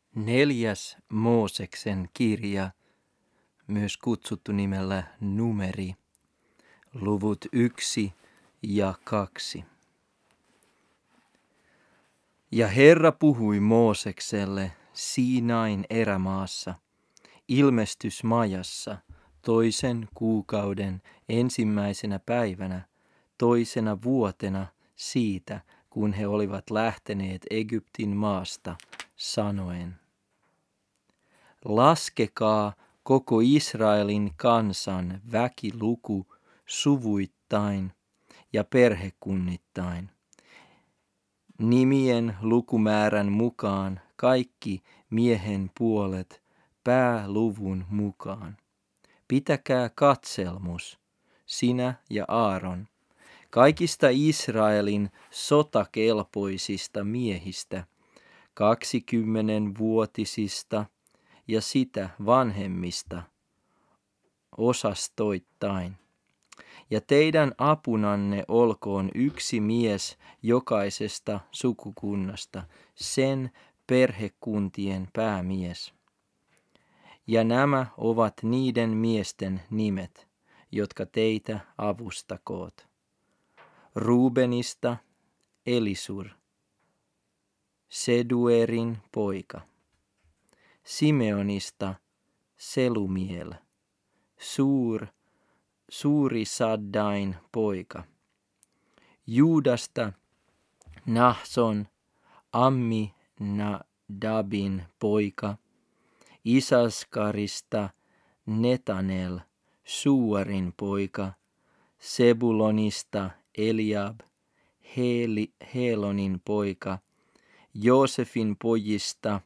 4. Mooseksen kirja, myös kutsuttu nimellä Numeri, luvut 1 ja 2. Ja Herra puhui Moosekselle Siinain erämaassa, ilmestysmajassa, 2. kuukauden 1. päivänä, 2. vuotena siitä, kun he olivat lähteneet Egyptin maasta, sanoen: Laskekaa koko Israelin kansan väkiluku suvuittain ja perhekunnittain, nimien lukumäärän mukaan kaikki miehen puolet pääluvun mukaan. Pitäkää katselmus, sinä ja Aaron, kaikista Israelin sotakelpoisista miehistä, 20-vuotisista ja sitä vanhemmista osastoittain. Ja teidän apunanne olkoon 1 mies jokaisesta sukukunnasta, sen perhekuntien päämies. Ja nämä ovat niiden miesten nimet, jotka teitä avustakoot. Ruubenista Elisur, Seduerin poika. Simeonista Selumiel, Suurisaddain poika. Juudasta Nahson, Amminadabin poika. Isaskarista Netanel, Suuarin poika. Sebulonista Eliab, Heelonin poika. Joosefin pojista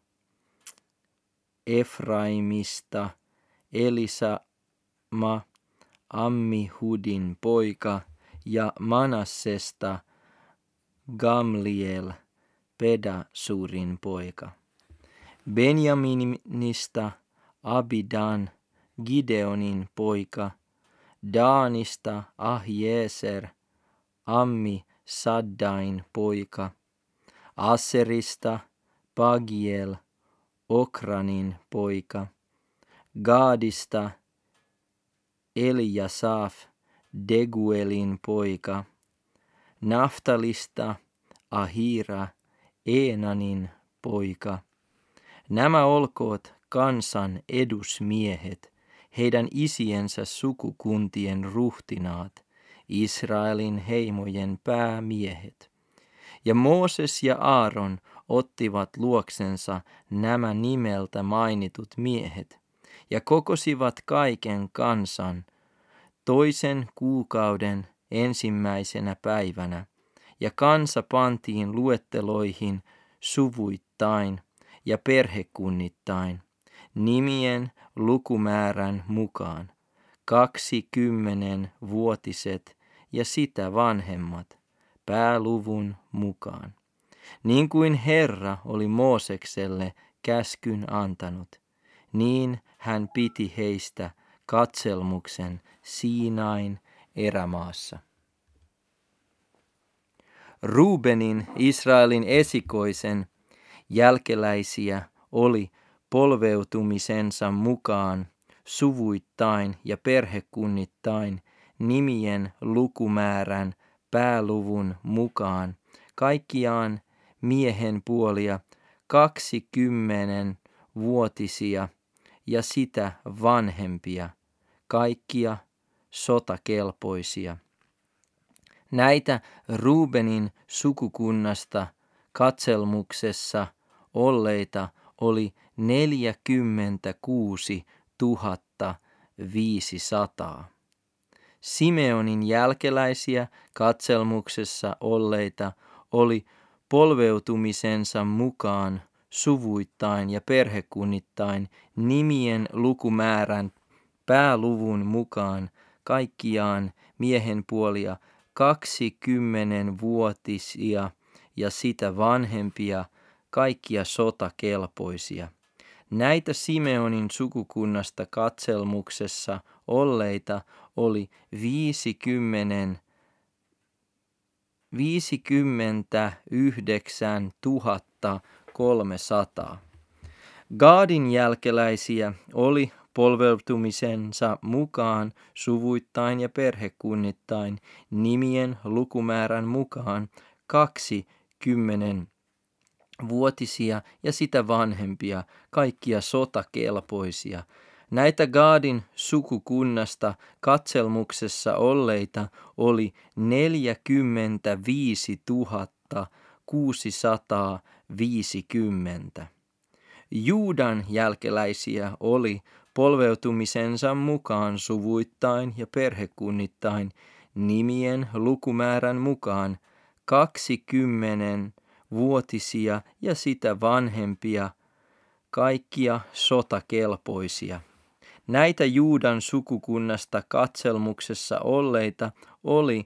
Efraimista Elisama, Ammihudin poika, ja Manassesta Gamliel, Pedasurin poika. Benjaminista Abidan, Gideonin poika. Daanista Ahieser, Ammisaddain poika. Asserista Pagiel, Okranin poika. Gaadista Eliasaf, Deguelin poika. Naftalista Ahira, Eenanin poika. Nämä olkoot kansan edusmiehet, heidän isiensä sukukuntien ruhtinaat, Israelin heimojen päämiehet. Ja Mooses ja Aaron ottivat luoksensa nämä nimeltä mainitut miehet ja kokosivat kaiken kansan 2. kuukauden 1. päivänä, ja kansa pantiin luetteloihin suvuittain ja perhekunnittain, nimien lukumäärän mukaan, 20-vuotiset ja sitä vanhemmat, pääluvun mukaan, niin kuin Herra oli Moosekselle käskyn antanut, niin hän piti heistä katselmuksen Siinain erämaassa. Ruubenin, Israelin esikoisen, jälkeläisiä oli polveutumisensa mukaan suvuittain ja perhekunnittain nimien lukumäärän pääluvun mukaan kaikkiaan miehen puolia 20-vuotisia ja sitä vanhempia, kaikkia sotakelpoisia. Näitä Ruubenin sukukunnasta katselmuksessa olleita oli 46 500. Simeonin jälkeläisiä katselmuksessa olleita oli polveutumisensa mukaan suvuittain ja perhekunnittain nimien lukumäärän pääluvun mukaan kaikkiaan miehen puolia 20-vuotisia ja sitä vanhempia, kaikkia sotakelpoisia. Näitä Simeonin sukukunnasta katselmuksessa olleita oli 59 300. Gaadin jälkeläisiä oli polveutumisensa mukaan suvuittain ja perhekunnittain nimien lukumäärän mukaan 20-vuotisia ja sitä vanhempia, kaikkia sotakelpoisia. Näitä Gaadin sukukunnasta katselmuksessa olleita oli 45 650. Juudan jälkeläisiä oli polveutumisensa mukaan suvuittain ja perhekunnittain nimien lukumäärän mukaan 20-vuotisia ja sitä vanhempia, kaikkia sotakelpoisia. Näitä Juudan sukukunnasta katselmuksessa olleita oli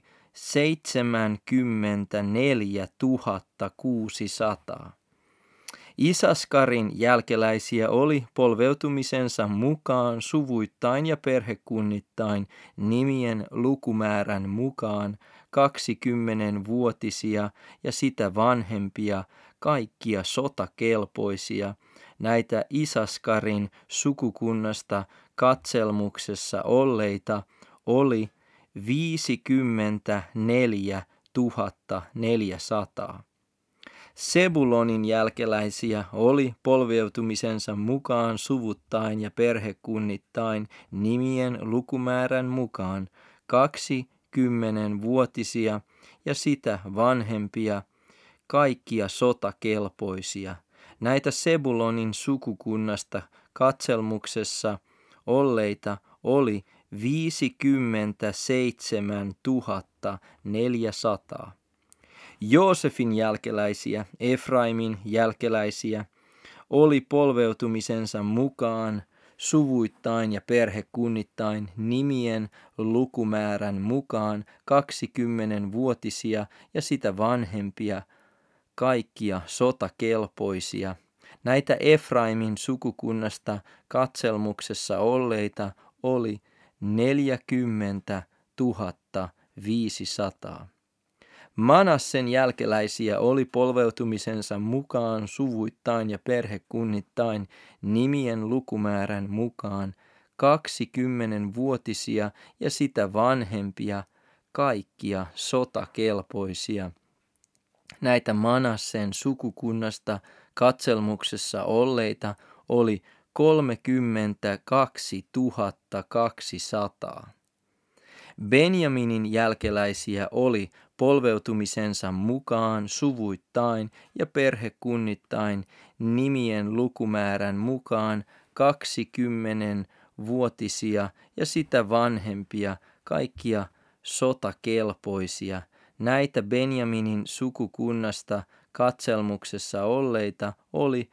74 600. Isaskarin jälkeläisiä oli polveutumisensa mukaan suvuittain ja perhekunnittain nimien lukumäärän mukaan 20-vuotisia ja sitä vanhempia, kaikkia sotakelpoisia. Näitä Isaskarin sukukunnasta katselmuksessa olleita oli 54 400. Sebulonin jälkeläisiä oli polveutumisensa mukaan suvuttain ja perhekunnittain nimien lukumäärän mukaan 20-vuotisia ja sitä vanhempia, kaikkia sotakelpoisia. Näitä Sebulonin sukukunnasta katselmuksessa olleita oli 57 400. Joosefin jälkeläisiä, Efraimin jälkeläisiä, oli polveutumisensa mukaan suvuittain ja perhekunnittain nimien lukumäärän mukaan 20-vuotisia ja sitä vanhempia, kaikkia sotakelpoisia. Näitä Efraimin sukukunnasta katselmuksessa olleita oli 40 500. Manassen jälkeläisiä oli polveutumisensa mukaan suvuittain ja perhekunnittain nimien lukumäärän mukaan 20-vuotisia ja sitä vanhempia, kaikkia sotakelpoisia. Näitä Manassen sukukunnasta katselmuksessa olleita oli 32 200. Benjaminin jälkeläisiä oli polveutumisensa mukaan suvuittain ja perhekunnittain nimien lukumäärän mukaan 20-vuotisia ja sitä vanhempia, kaikkia sotakelpoisia. Näitä Benjaminin sukukunnasta katselmuksessa olleita oli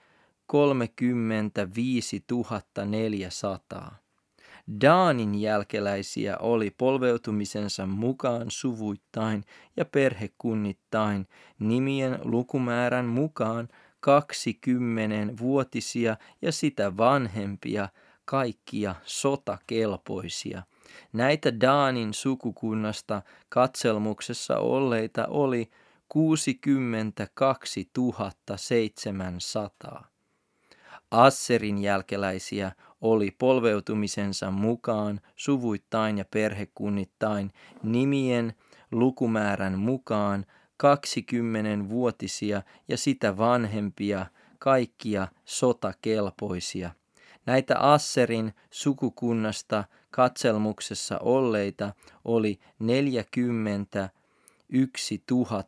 35 400. Daanin jälkeläisiä oli polveutumisensa mukaan suvuittain ja perhekunnittain nimien lukumäärän mukaan 20-vuotisia ja sitä vanhempia, kaikkia sotakelpoisia. Näitä Daanin sukukunnasta katselmuksessa olleita oli 62 700. Asserin jälkeläisiä oli polveutumisensa mukaan suvuittain ja perhekunnittain nimien lukumäärän mukaan 20-vuotisia ja sitä vanhempia, kaikkia sotakelpoisia. Näitä Asserin sukukunnasta katselmuksessa olleita oli 41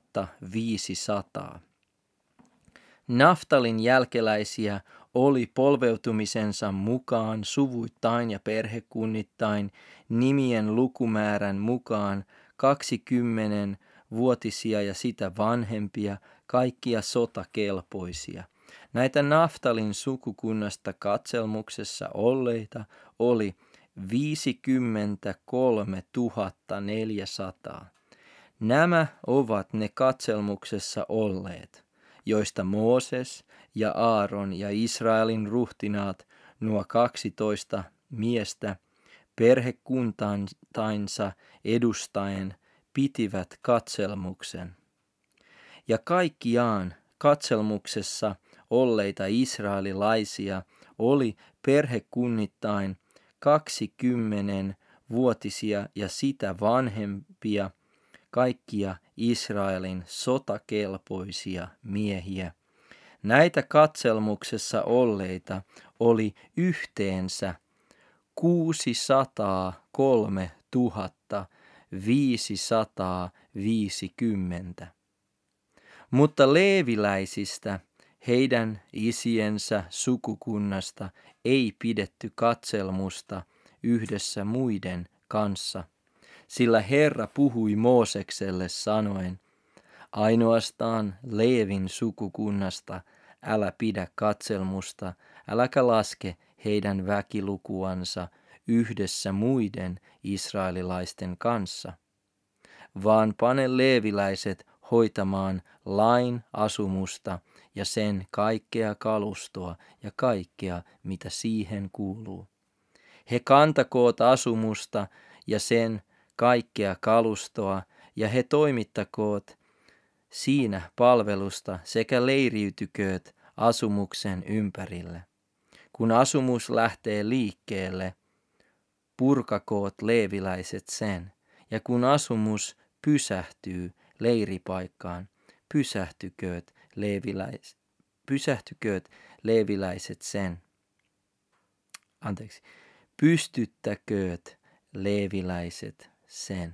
500. Naftalin jälkeläisiä oli polveutumisensa mukaan suvuittain ja perhekunnittain nimien lukumäärän mukaan 20-vuotisia ja sitä vanhempia, kaikkia sotakelpoisia. Näitä Naftalin sukukunnasta katselmuksessa olleita oli 53 400. Nämä ovat ne katselmuksessa olleet, joista Mooses ja Aaron ja Israelin ruhtinaat, nuo 12 miestä, perhekuntaansa edustaen pitivät katselmuksen. Ja kaikkiaan katselmuksessa olleita israelilaisia oli perhekunnittain 20-vuotisia ja sitä vanhempia, kaikkia Israelin sotakelpoisia miehiä. Näitä katselmuksessa olleita oli yhteensä 603 550. Mutta leeviläisistä, heidän isiensä sukukunnasta, ei pidetty katselmusta yhdessä muiden kanssa, sillä Herra puhui Moosekselle sanoen, ainoastaan Leevin sukukunnasta älä pidä katselmusta, äläkä laske heidän väkilukuansa yhdessä muiden israelilaisten kanssa, vaan pane leeviläiset hoitamaan lain asumusta ja sen kaikkea kalustoa ja kaikkea, mitä siihen kuuluu. He kantakoot asumusta ja sen kaikkea kalustoa, ja he toimittakoot siinä palvelusta sekä leiriytykööt asumuksen ympärille. Kun asumus lähtee liikkeelle, purkakoot leeviläiset sen, ja kun asumus pysähtyy leiripaikkaan, pystyttäkööt leeviläiset sen.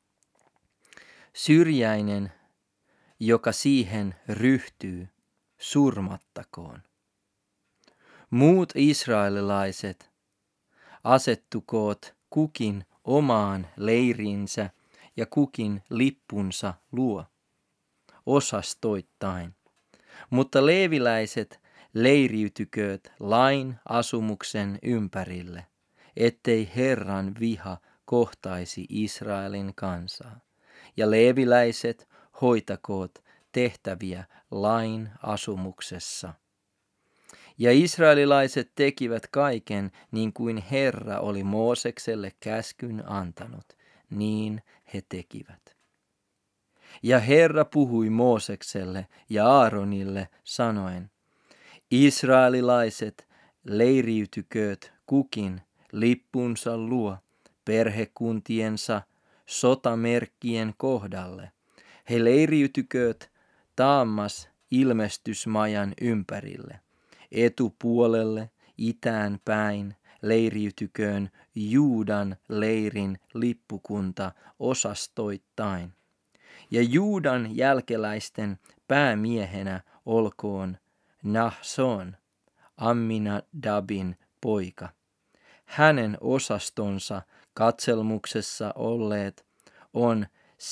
Syrjäinen, joka siihen ryhtyy, surmattakoon. Muut israelilaiset asettukoot kukin omaan leirinsä ja kukin lippunsa luo, osastoittain. Mutta leeviläiset leiriytykööt lain asumuksen ympärille, ettei Herran viha kohtaisi Israelin kansaa. Ja leeviläiset hoitakoot tehtäviä lain asumuksessa. Ja israelilaiset tekivät kaiken niin kuin Herra oli Moosekselle käskyn antanut, niin he tekivät. Ja Herra puhui Moosekselle ja Aaronille sanoen, israelilaiset leiriytykööt kukin lippunsa luo perhekuntiensa sotamerkkien kohdalle. He leiriytykööt taammas ilmestysmajan ympärille. Etupuolelle itään päin leiriytyköön Juudan leirin lippukunta osastoittain. Ja Juudan jälkeläisten päämiehenä olkoon Nahson, Amminadabin poika. Hänen osastonsa katselmuksessa olleet on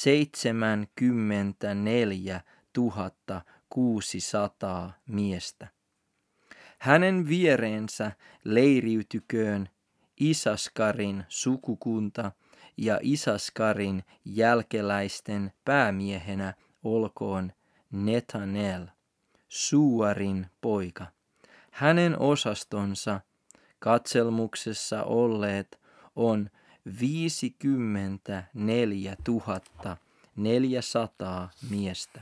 74 600 miestä. Hänen viereensä leiriytyköön Isaskarin sukukunta ja Isaskarin jälkeläisten päämiehenä olkoon Netanel, Suarin poika. Hänen osastonsa katselmuksessa olleet on 54 400 miestä.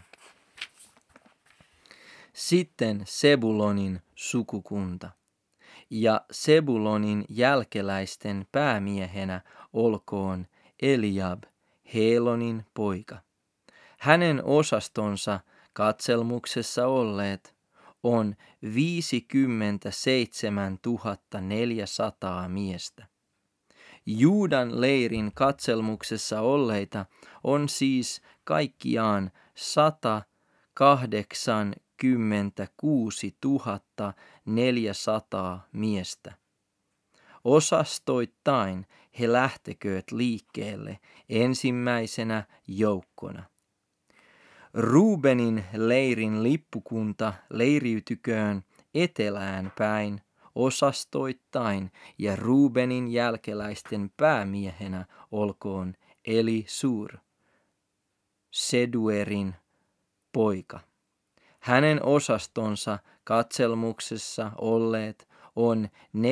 Sitten Sebulonin sukukunta. Ja Sebulonin jälkeläisten päämiehenä olkoon Eliab, Heelonin poika. Hänen osastonsa katselmuksessa olleet on 57 400 miestä. Juudan leirin katselmuksessa olleita on siis kaikkiaan 186 400 miestä. Osastoittain he lähtekööt liikkeelle ensimmäisenä joukkona. Ruubenin leirin lippukunta leiriytyköön etelään päin osastoittain, ja Ruubenin jälkeläisten päämiehenä olkoon Elisur, Seduerin poika. Hänen osastonsa katselmuksessa olleet on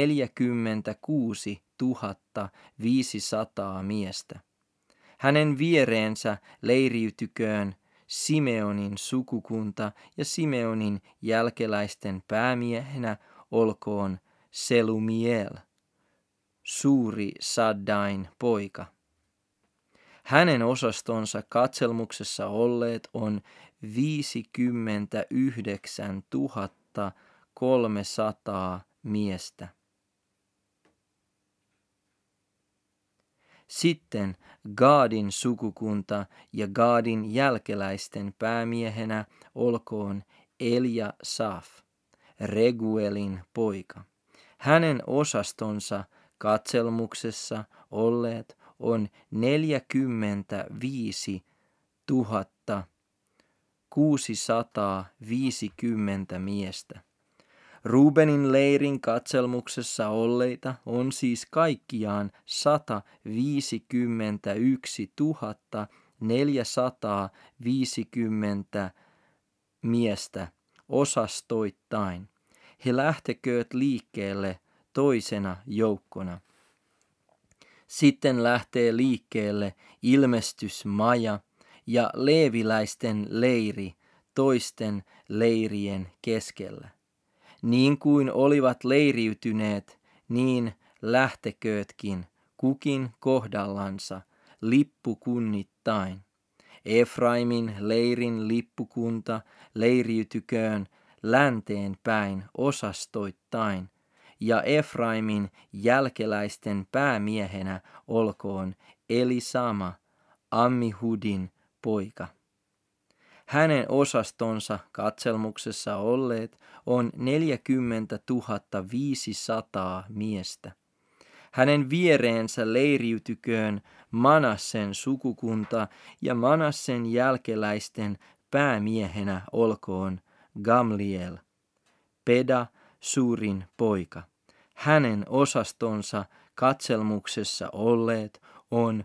46 500 miestä. Hänen viereensä leiriytyköön Simeonin sukukunta ja Simeonin jälkeläisten päämiehenä olkoon Selumiel, suuri Saddain poika. Hänen osastonsa katselmuksessa olleet on 59 300 miestä. Sitten Gaadin sukukunta ja Gaadin jälkeläisten päämiehenä olkoon Eliasaf, Reguelin poika. Hänen osastonsa katselmuksessa olleet on 45 650 miestä. Rubenin leirin katselmuksessa olleita on siis kaikkiaan 151 450 miestä osastoittain. He lähtekööt liikkeelle toisena joukkona. Sitten lähtee liikkeelle ilmestysmaja ja leeviläisten leiri toisten leirien keskellä. Niin kuin olivat leiriytyneet, niin lähteköötkin kukin kohdallansa lippukunnittain. Efraimin leirin lippukunta leiriytyköön länteen päin osastoittain, ja Efraimin jälkeläisten päämiehenä olkoon Elisama, Ammihudin poika. Hänen osastonsa katselmuksessa olleet on 40 500 miestä. Hänen viereensä leiriytyköön Manassen sukukunta ja Manassen jälkeläisten päämiehenä olkoon Gamliel, Pedasurin poika. Hänen osastonsa katselmuksessa olleet on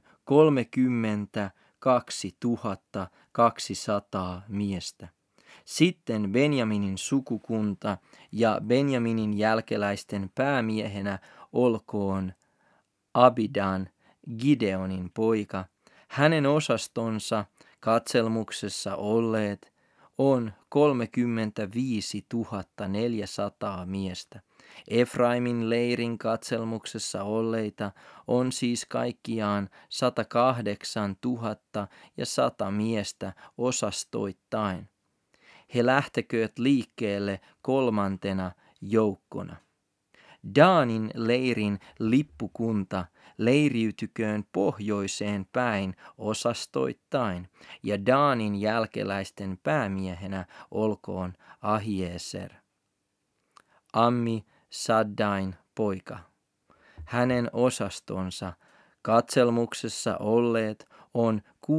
32 200 miestä. Sitten Benjaminin sukukunta ja Benjaminin jälkeläisten päämiehenä olkoon Abidan, Gideonin poika. Hänen osastonsa katselmuksessa olleet on 35 400 miestä. Efraimin leirin katselmuksessa olleita on siis kaikkiaan 108 100 miestä osastoittain. He lähtekööt liikkeelle kolmantena joukkona. Daanin leirin lippukunta leiriytyköön pohjoiseen päin osastoittain, ja Daanin jälkeläisten päämiehenä olkoon Ahieser, Ammi Saddain poika. Hänen osastonsa katselmuksessa olleet on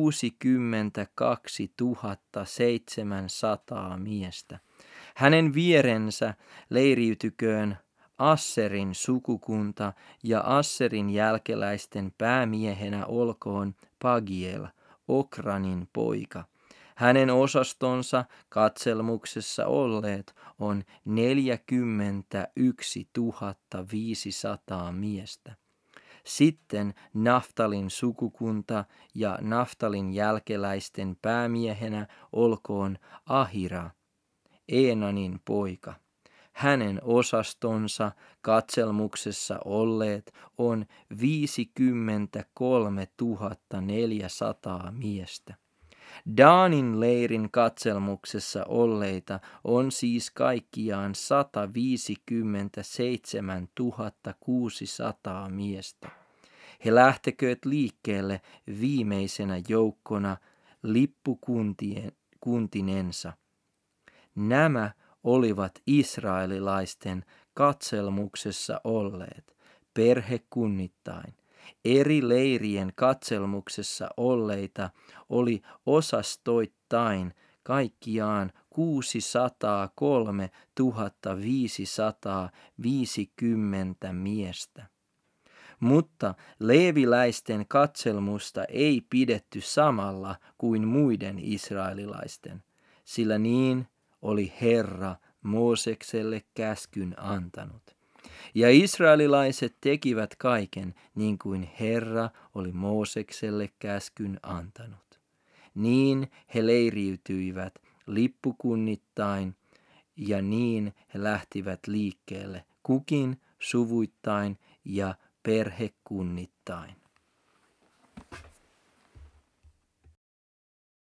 62 700 miestä. Hänen vierensä leiriytyköön Asserin sukukunta ja Asserin jälkeläisten päämiehenä olkoon Pagiel, Okranin poika. Hänen osastonsa katselmuksessa olleet on 41 500 miestä. Sitten Naftalin sukukunta ja Naftalin jälkeläisten päämiehenä olkoon Ahira, Eenanin poika. Hänen osastonsa katselmuksessa olleet on 53 400 miestä. Daanin leirin katselmuksessa olleita on siis kaikkiaan 157 600 miestä. He lähtekööt liikkeelle viimeisenä joukkona lippukuntinensa. Nämä olivat israelilaisten katselmuksessa olleet perhekunnittain. Eri leirien katselmuksessa olleita oli osastoittain kaikkiaan 603 550 miestä. Mutta leeviläisten katselmusta ei pidetty samalla kuin muiden israelilaisten, sillä niin oli Herra Moosekselle käskyn antanut. Ja israelilaiset tekivät kaiken niin kuin Herra oli Moosekselle käskyn antanut. Niin he leiriytyivät lippukunnittain ja niin he lähtivät liikkeelle kukin suvuittain ja perhekunnittain.